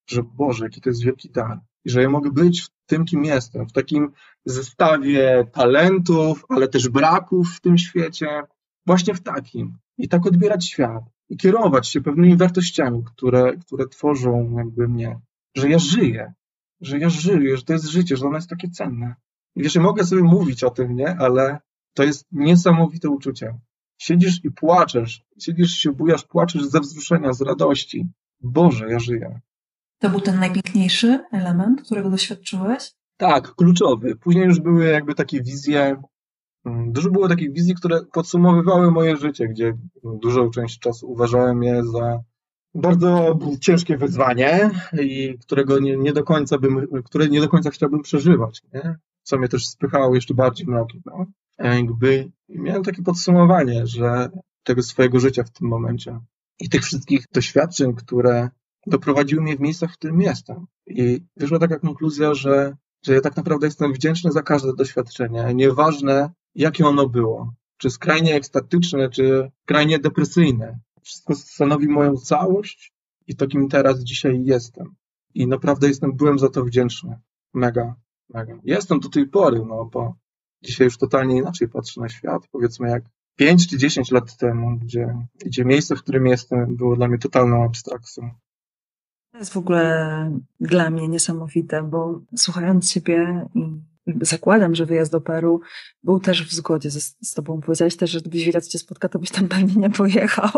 że Boże, jaki to jest wielki dar. I że ja mogę być w tym, kim jestem, w takim zestawie talentów, ale też braków w tym świecie, właśnie w takim. I tak odbierać świat. I kierować się pewnymi wartościami, które, które tworzą jakby mnie. Że ja żyję. Że ja żyję, że to jest życie, że ono jest takie cenne. I wiesz, ja mogę sobie mówić o tym, nie? Ale to jest niesamowite uczucie. Siedzisz i płaczesz. Siedzisz, się bujasz, płaczesz ze wzruszenia, z radości. Boże, ja żyję. To był ten najpiękniejszy element, którego doświadczyłeś? Tak, kluczowy. Później już były jakby takie wizje, dużo było takich wizji, które podsumowywały moje życie, gdzie dużą część czasu uważałem je za bardzo ciężkie wyzwanie i którego nie, nie do końca bym, które nie do końca chciałbym przeżywać, nie? Co mnie też spychało jeszcze bardziej mrokiem. No. Jakby miałem takie podsumowanie, że tego swojego życia w tym momencie i tych wszystkich doświadczeń, które doprowadziły mnie w miejscach, w którym jestem. I wyszła taka konkluzja, że, że ja tak naprawdę jestem wdzięczny za każde doświadczenie. Nieważne, jakie ono było. Czy skrajnie ekstatyczne, czy skrajnie depresyjne. Wszystko stanowi moją całość i to, kim teraz dzisiaj jestem. I naprawdę jestem, byłem za to wdzięczny. Mega, mega. Jestem do tej pory, no bo dzisiaj już totalnie inaczej patrzę na świat. Powiedzmy jak pięć czy dziesięć lat temu, gdzie, gdzie miejsce, w którym jestem, było dla mnie totalną abstrakcją. To jest w ogóle dla mnie niesamowite, bo słuchając Ciebie i zakładam, że wyjazd do Peru był też w zgodzie z, z Tobą. Powiedziałeś też, że gdybyś wiedział, co Cię spotka, to byś tam pewnie nie pojechał.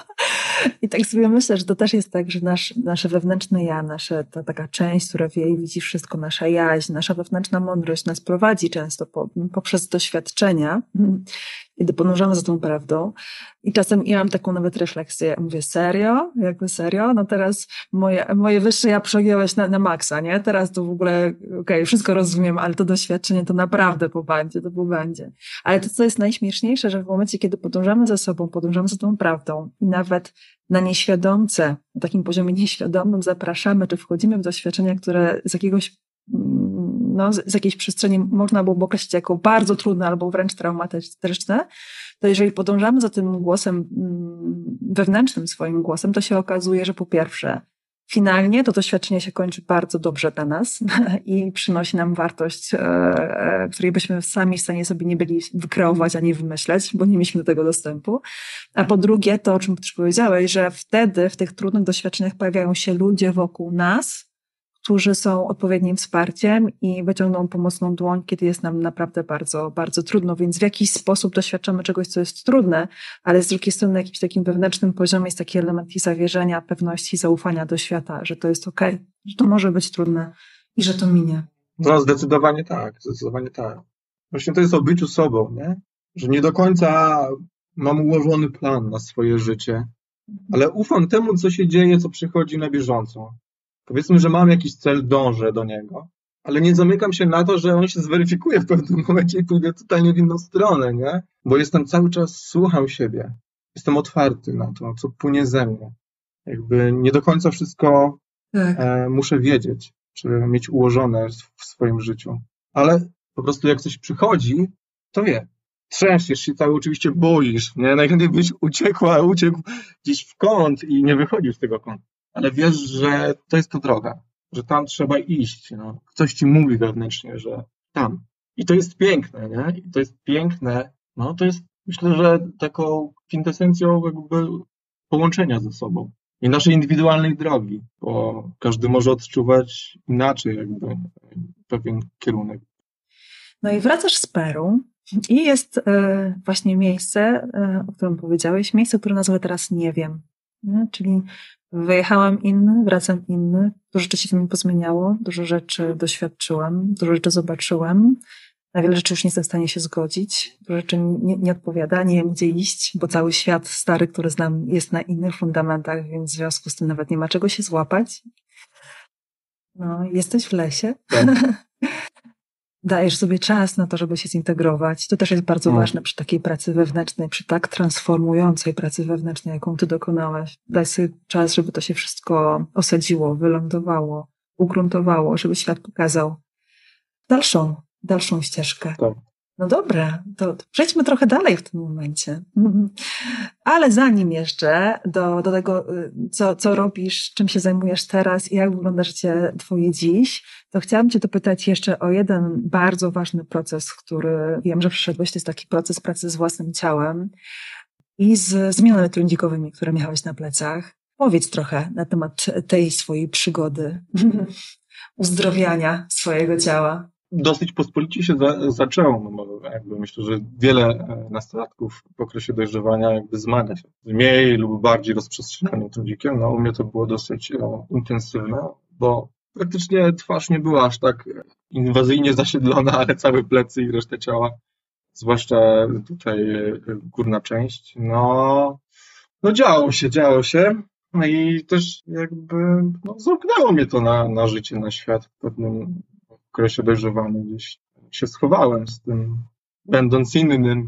I tak sobie myślę, że to też jest tak, że nasz, nasze wewnętrzne ja, nasza ta taka część, która wie i widzi wszystko, nasza jaźń, nasza wewnętrzna mądrość nas prowadzi często po, poprzez doświadczenia, kiedy podążamy za tą prawdą. I czasem ja mam taką nawet refleksję, mówię, serio? Jakby serio? No teraz moje, moje wyższe ja przegiąłeś na, na maksa, nie? Teraz to w ogóle, okej, okay, wszystko rozumiem, ale to doświadczenie to naprawdę pobędzie, to pobędzie. Ale to, co jest najśmieszniejsze, że w momencie, kiedy podążamy za sobą, podążamy za tą prawdą i nawet na nieświadomce, na takim poziomie nieświadomym zapraszamy, czy wchodzimy w doświadczenia, które z jakiegoś, no, z jakiejś przestrzeni można byłoby określić jako bardzo trudne albo wręcz traumatyczne, to jeżeli podążamy za tym głosem wewnętrznym swoim głosem, to się okazuje, że po pierwsze, finalnie to doświadczenie się kończy bardzo dobrze dla nas i przynosi nam wartość, której byśmy sami w stanie sobie nie byli wykreować ani wymyśleć, bo nie mieliśmy do tego dostępu. A po drugie, to o czym też powiedziałeś, że wtedy w tych trudnych doświadczeniach pojawiają się ludzie wokół nas, którzy są odpowiednim wsparciem i wyciągną pomocną dłoń, kiedy jest nam naprawdę bardzo, bardzo trudno. Więc w jakiś sposób doświadczamy czegoś, co jest trudne, ale z drugiej strony na jakimś takim wewnętrznym poziomie jest taki element i zawierzenia, pewności, zaufania do świata, że to jest okej, okay, że to może być trudne i że to minie. No zdecydowanie tak, zdecydowanie tak. Właśnie to jest o byciu sobą, nie? Że nie do końca mam ułożony plan na swoje życie, ale ufam temu, co się dzieje, co przychodzi na bieżąco. Powiedzmy, że mam jakiś cel, dążę do niego, ale nie zamykam się na to, że on się zweryfikuje w pewnym momencie i pójdę totalnie w inną stronę, nie? Bo jestem cały czas, słucham siebie. Jestem otwarty na to, co płynie ze mnie. Jakby nie do końca wszystko tak. e, muszę wiedzieć, czy mieć ułożone w swoim życiu. Ale po prostu jak coś przychodzi, to wie. Trzęsiesz się cały, oczywiście boisz, nie? Najchętniej byś uciekła, uciekł gdzieś w kąt i nie wychodził z tego kąta. Ale wiesz, że to jest to droga, że tam trzeba iść. No. Ktoś ci mówi wewnętrznie, że tam. I to jest piękne, nie? I to jest piękne. No to jest, myślę, że taką kwintesencją jakby połączenia ze sobą i naszej indywidualnej drogi, bo każdy może odczuwać inaczej jakby pewien kierunek. No i wracasz z Peru i jest e, właśnie miejsce, e, o którym powiedziałeś, miejsce, które nazwę teraz nie wiem. Nie? Czyli wyjechałam inny, wracam inny. Dużo rzeczy się w mnie pozmieniało, dużo rzeczy doświadczyłam, dużo rzeczy zobaczyłam. Na wiele rzeczy już nie jestem w stanie się zgodzić. Dużo rzeczy nie, nie odpowiada, nie wiem gdzie iść, bo cały świat stary, który znam, jest na innych fundamentach, więc w związku z tym nawet nie ma czego się złapać. No, jesteś w lesie. Tak. Dajesz sobie czas na to, żeby się zintegrować. To też jest bardzo no. ważne przy takiej pracy wewnętrznej, przy tak transformującej pracy wewnętrznej, jaką ty dokonałeś. Daj sobie czas, żeby to się wszystko osadziło, wylądowało, ugruntowało, żeby świat pokazał dalszą, dalszą ścieżkę. Tak. No dobra, to przejdźmy trochę dalej w tym momencie. Ale zanim jeszcze do, do tego, co, co robisz, czym się zajmujesz teraz i jak wygląda życie twoje dziś, to chciałam cię dopytać jeszcze o jeden bardzo ważny proces, który wiem, że przeszedłeś. To jest taki proces pracy z własnym ciałem i z zmianami trądzikowymi, które miałeś na plecach. Powiedz trochę na temat tej swojej przygody uzdrowiania swojego ciała. Dosyć pospolicie się za, zaczęło. No, bo jakby myślę, że wiele nastolatków w okresie dojrzewania jakby zmaga się z mniej lub bardziej rozprzestrzenionym trądzikiem. No, u mnie to było dosyć no, intensywne, bo praktycznie twarz nie była aż tak inwazyjnie zasiedlona, ale całe plecy i resztę ciała, zwłaszcza tutaj górna część, no, no działo się, działo się. No i też jakby no, zamknęło mnie to na, na życie, na świat w pewnym okresie dojrzewania. Gdzieś się schowałem z tym, będąc innym,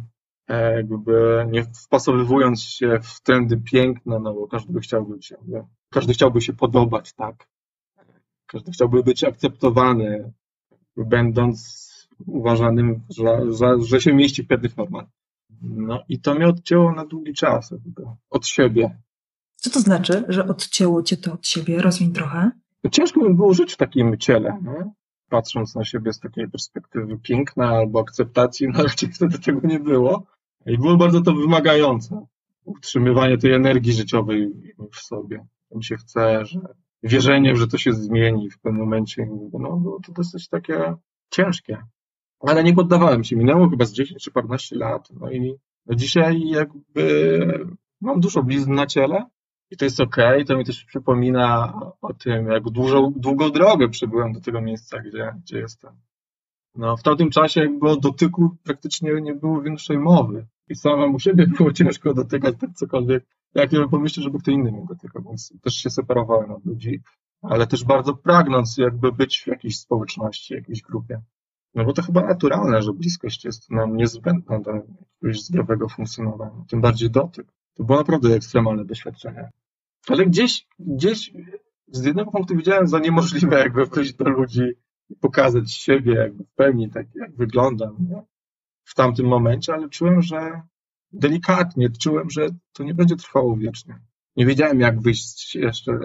jakby nie wpasowywując się w trendy piękna, no bo każdy chciałby się, każdy chciałby się podobać, tak. Każdy chciałby być akceptowany, będąc uważanym, że, że, że się mieści w pewnych normach. No i to mnie odcięło na długi czas jakby, od siebie. Co to znaczy, że odcięło cię to od siebie? Rozwiń trochę. Ciężko mi było żyć w takim ciele, nie? Patrząc na siebie z takiej perspektywy piękna albo akceptacji, no raczej wtedy tego nie było. I było bardzo to wymagające. Utrzymywanie tej energii życiowej w sobie. Mi się chce, że wierzenie, że to się zmieni w pewnym momencie. No było to dosyć takie ciężkie. Ale nie poddawałem się. Minęło chyba z dziesięć czy paręnaście lat. No i dzisiaj jakby mam dużo blizn na ciele. I to jest okej, okay. To mi też przypomina o tym, jak dużo, długą drogę przebyłem do tego miejsca, gdzie, gdzie jestem. No, w tamtym czasie jakby o dotyku praktycznie nie było większej mowy. I samemu siebie było ciężko dotykać tak cokolwiek. Jak nie bym pomyślał, żeby kto inny mnie dotykał, więc też się separowałem od ludzi, ale też bardzo pragnąc jakby być w jakiejś społeczności, jakiejś grupie. No bo to chyba naturalne, że bliskość jest nam niezbędna do jakiegoś zdrowego funkcjonowania, tym bardziej dotyk. To było naprawdę ekstremalne doświadczenie. Ale gdzieś, gdzieś z jednego punktu widziałem za niemożliwe jakby wejść do ludzi i pokazać siebie jakby w pełni, tak jak wyglądam, nie? W tamtym momencie, ale czułem, że delikatnie czułem, że to nie będzie trwało wiecznie. Nie wiedziałem, jak wyjść jeszcze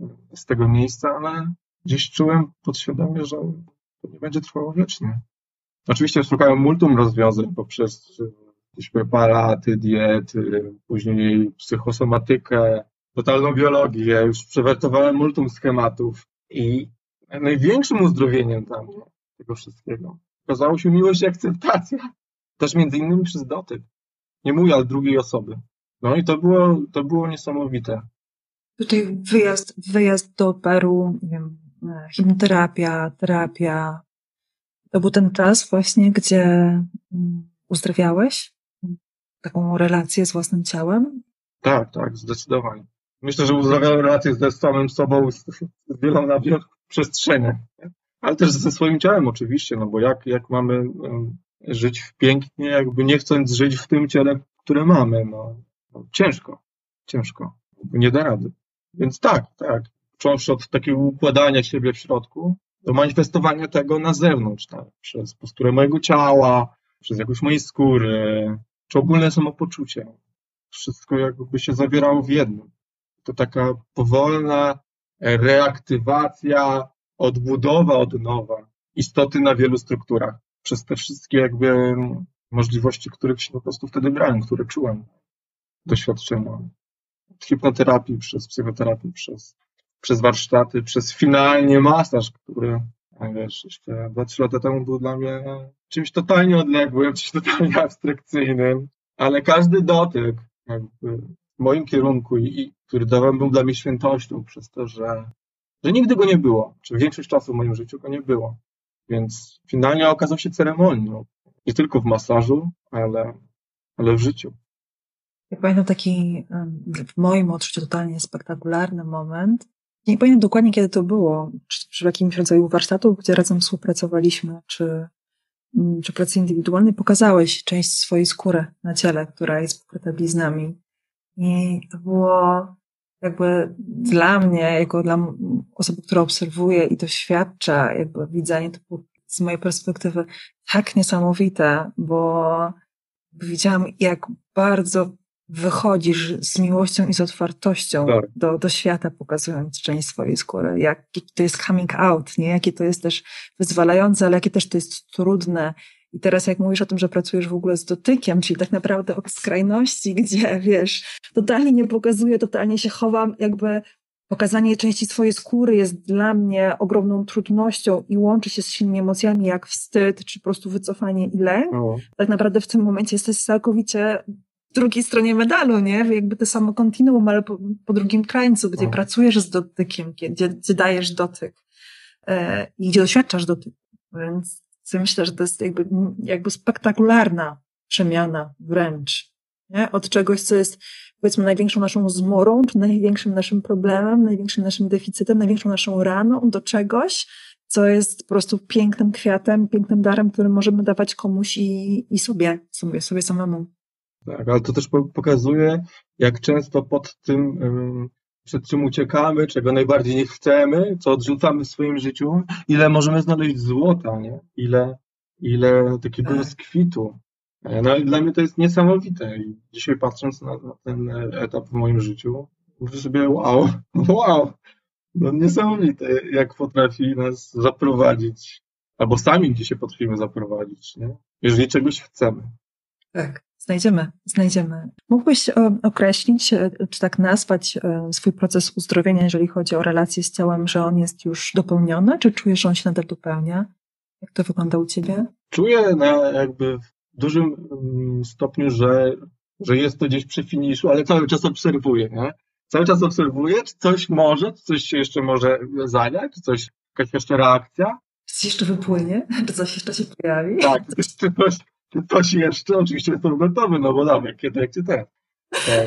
z tego miejsca, ale gdzieś czułem podświadomie, że to nie będzie trwało wiecznie. Oczywiście szukałem multum rozwiązań poprzez jakieś preparaty, diety, później psychosomatykę, totalną biologię, już przewertowałem multum schematów i największym uzdrowieniem dla mnie tego wszystkiego okazało się miłość i akceptacja. Też między innymi przez dotyk. Nie mój, ale drugiej osoby. No i to było, to było niesamowite. Tutaj wyjazd, wyjazd do Peru, nie wiem, hipnoterapia, terapia. To był ten czas właśnie, gdzie uzdrawiałeś taką relację z własnym ciałem? Tak, tak, zdecydowanie. Myślę, że uzdrawiałem relację ze samym sobą, z, z wieloma przestrzeniach. Ale też ze swoim ciałem oczywiście, no bo jak, jak mamy um, żyć w pięknie, jakby nie chcąc żyć w tym ciele, które mamy, no, no ciężko, ciężko, nie da rady. Więc tak, tak, począwszy od takiego układania siebie w środku, do manifestowania tego na zewnątrz, tak, przez posturę mojego ciała, przez jakość mojej skóry, czy ogólne samopoczucie. Wszystko jakby się zawierało w jednym. To taka powolna reaktywacja, odbudowa od nowa istoty na wielu strukturach. Przez te wszystkie jakby możliwości, których się po prostu wtedy brałem, które czułem, doświadczenia. Od hipnoterapii, przez psychoterapię, przez, przez warsztaty, przez finalnie masaż, który, wiesz, jeszcze dwa trzy lata temu był dla mnie czymś totalnie odległym, czymś totalnie abstrakcyjnym, ale każdy dotyk jakby w moim kierunku i, i który dawał był dla mnie świętością przez to, że, że nigdy go nie było, czy większość czasu w moim życiu go nie było. Więc finalnie okazał się ceremonią. Nie tylko w masażu, ale, ale w życiu. Ja pamiętam taki w moim odczuciu totalnie spektakularny moment. Nie pamiętam dokładnie, kiedy to było, czy przy jakimś rodzaju warsztatu, gdzie razem współpracowaliśmy, czy, czy pracy indywidualnej, pokazałeś część swojej skóry na ciele, która jest pokryta bliznami. I to było jakby dla mnie, jako dla osoby, która obserwuje i doświadcza jakby widzenie, to było z mojej perspektywy tak niesamowite, bo widziałam, jak bardzo wychodzisz z miłością i z otwartością Tak. do, do świata, pokazując część swojej skóry. Jaki to jest coming out, nie? Jakie to jest też wyzwalające, ale jakie też to jest trudne. I teraz jak mówisz o tym, że pracujesz w ogóle z dotykiem, czyli tak naprawdę od skrajności, gdzie, wiesz, totalnie nie pokazuję, totalnie się chowam, jakby pokazanie części swojej skóry jest dla mnie ogromną trudnością i łączy się z silnymi emocjami jak wstyd, czy po prostu wycofanie i lęk. No. Tak naprawdę w tym momencie jesteś całkowicie w drugiej stronie medalu, nie? Jakby to samo kontinuum, ale po, po drugim krańcu, gdzie No. pracujesz z dotykiem, gdzie, gdzie dajesz dotyk e, i gdzie doświadczasz dotyku. Więc myślę, że to jest jakby, jakby spektakularna przemiana wręcz, nie? Od czegoś, co jest, powiedzmy, największą naszą zmorą, czy największym naszym problemem, największym naszym deficytem, największą naszą raną, do czegoś, co jest po prostu pięknym kwiatem, pięknym darem, który możemy dawać komuś i, i sobie, sobie, sobie samemu. Tak, ale to też po- pokazuje, jak często pod tym, ym, przed czym uciekamy, czego najbardziej nie chcemy, co odrzucamy w swoim życiu, ile możemy znaleźć złota, nie? Ile, ile takiego Tak. rozkwitu. E, No i dla mnie to jest niesamowite. I dzisiaj patrząc na, na ten e, etap w moim życiu, mówię sobie, wow, wow, no niesamowite, jak potrafi nas zaprowadzić, albo sami gdzie się potrafimy zaprowadzić, nie? Jeżeli czegoś chcemy. Tak. Znajdziemy, znajdziemy. Mógłbyś e, określić, e, czy tak nazwać e, swój proces uzdrowienia, jeżeli chodzi o relacje z ciałem, że on jest już dopełniony, czy czujesz, że on się nadal dopełnia? Jak to wygląda u ciebie? Czuję na jakby w dużym mm, stopniu, że, że jest to gdzieś przy finiszu, ale cały czas obserwuję, nie? Cały czas obserwuję, czy coś może, czy coś się jeszcze może zadziać, czy coś, jakaś jeszcze reakcja. Czy coś jeszcze wypłynie? Czy coś jeszcze się pojawi? Tak, czy coś, czy coś jeszcze, oczywiście jestem gotowy, no bo dobra, kiedy, jak cię ten. E,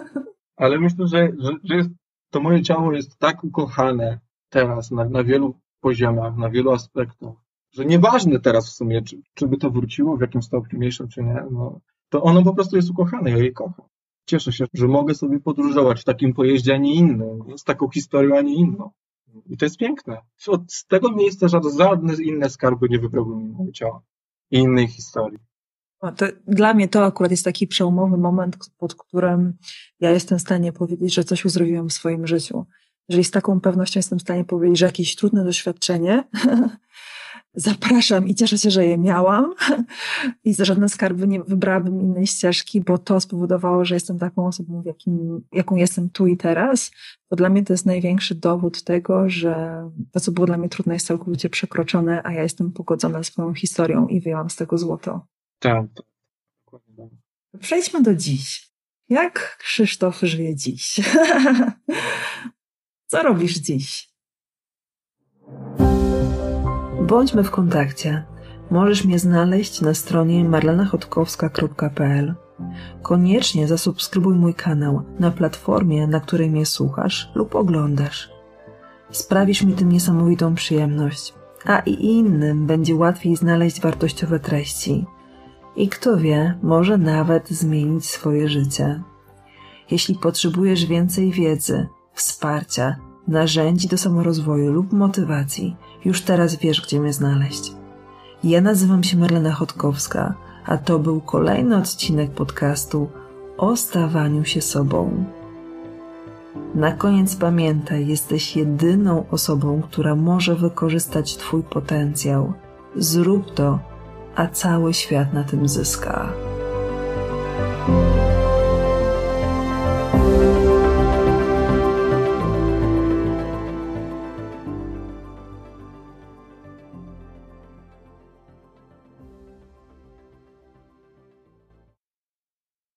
Ale myślę, że, że, że jest, to moje ciało jest tak ukochane teraz na, na wielu poziomach, na wielu aspektach, że nieważne teraz w sumie, czy, czy by to wróciło w jakimś stopniu mniejszym, czy nie, no, to ono po prostu jest ukochane, ja je kocham. Cieszę się, że mogę sobie podróżować w takim pojeździe, a nie innym, z taką historią, a nie inną. I to jest piękne. Od, z tego miejsca żadne, żadne inne skarby nie wybrałby mi mojego ciała i innej historii. O, to, dla mnie to akurat jest taki przełomowy moment, pod którym ja jestem w stanie powiedzieć, że coś uzdrowiłam w swoim życiu. Jeżeli z taką pewnością jestem w stanie powiedzieć, że jakieś trudne doświadczenie zapraszam i cieszę się, że je miałam i za żadne skarby nie wybrałabym innej ścieżki, bo to spowodowało, że jestem taką osobą, jakim, jaką jestem tu i teraz. To dla mnie to jest największy dowód tego, że to, co było dla mnie trudne, jest całkowicie przekroczone, a ja jestem pogodzona swoją historią i wyjęłam z tego złoto. Tak. Przejdźmy do dziś. Jak Krzysztof żyje dziś? Co robisz dziś? Bądźmy w kontakcie. Możesz mnie znaleźć na stronie marlena chodkowska kropka p l. Koniecznie zasubskrybuj mój kanał na platformie, na której mnie słuchasz lub oglądasz. Sprawisz mi tym niesamowitą przyjemność, a i innym będzie łatwiej znaleźć wartościowe treści. I kto wie, może nawet zmienić swoje życie. Jeśli potrzebujesz więcej wiedzy, wsparcia, narzędzi do samorozwoju lub motywacji, już teraz wiesz, gdzie mnie znaleźć. Ja nazywam się Marlena Chodkowska, a to był kolejny odcinek podcastu o stawaniu się sobą. Na koniec pamiętaj, jesteś jedyną osobą, która może wykorzystać Twój potencjał. Zrób to, a cały świat na tym zyska.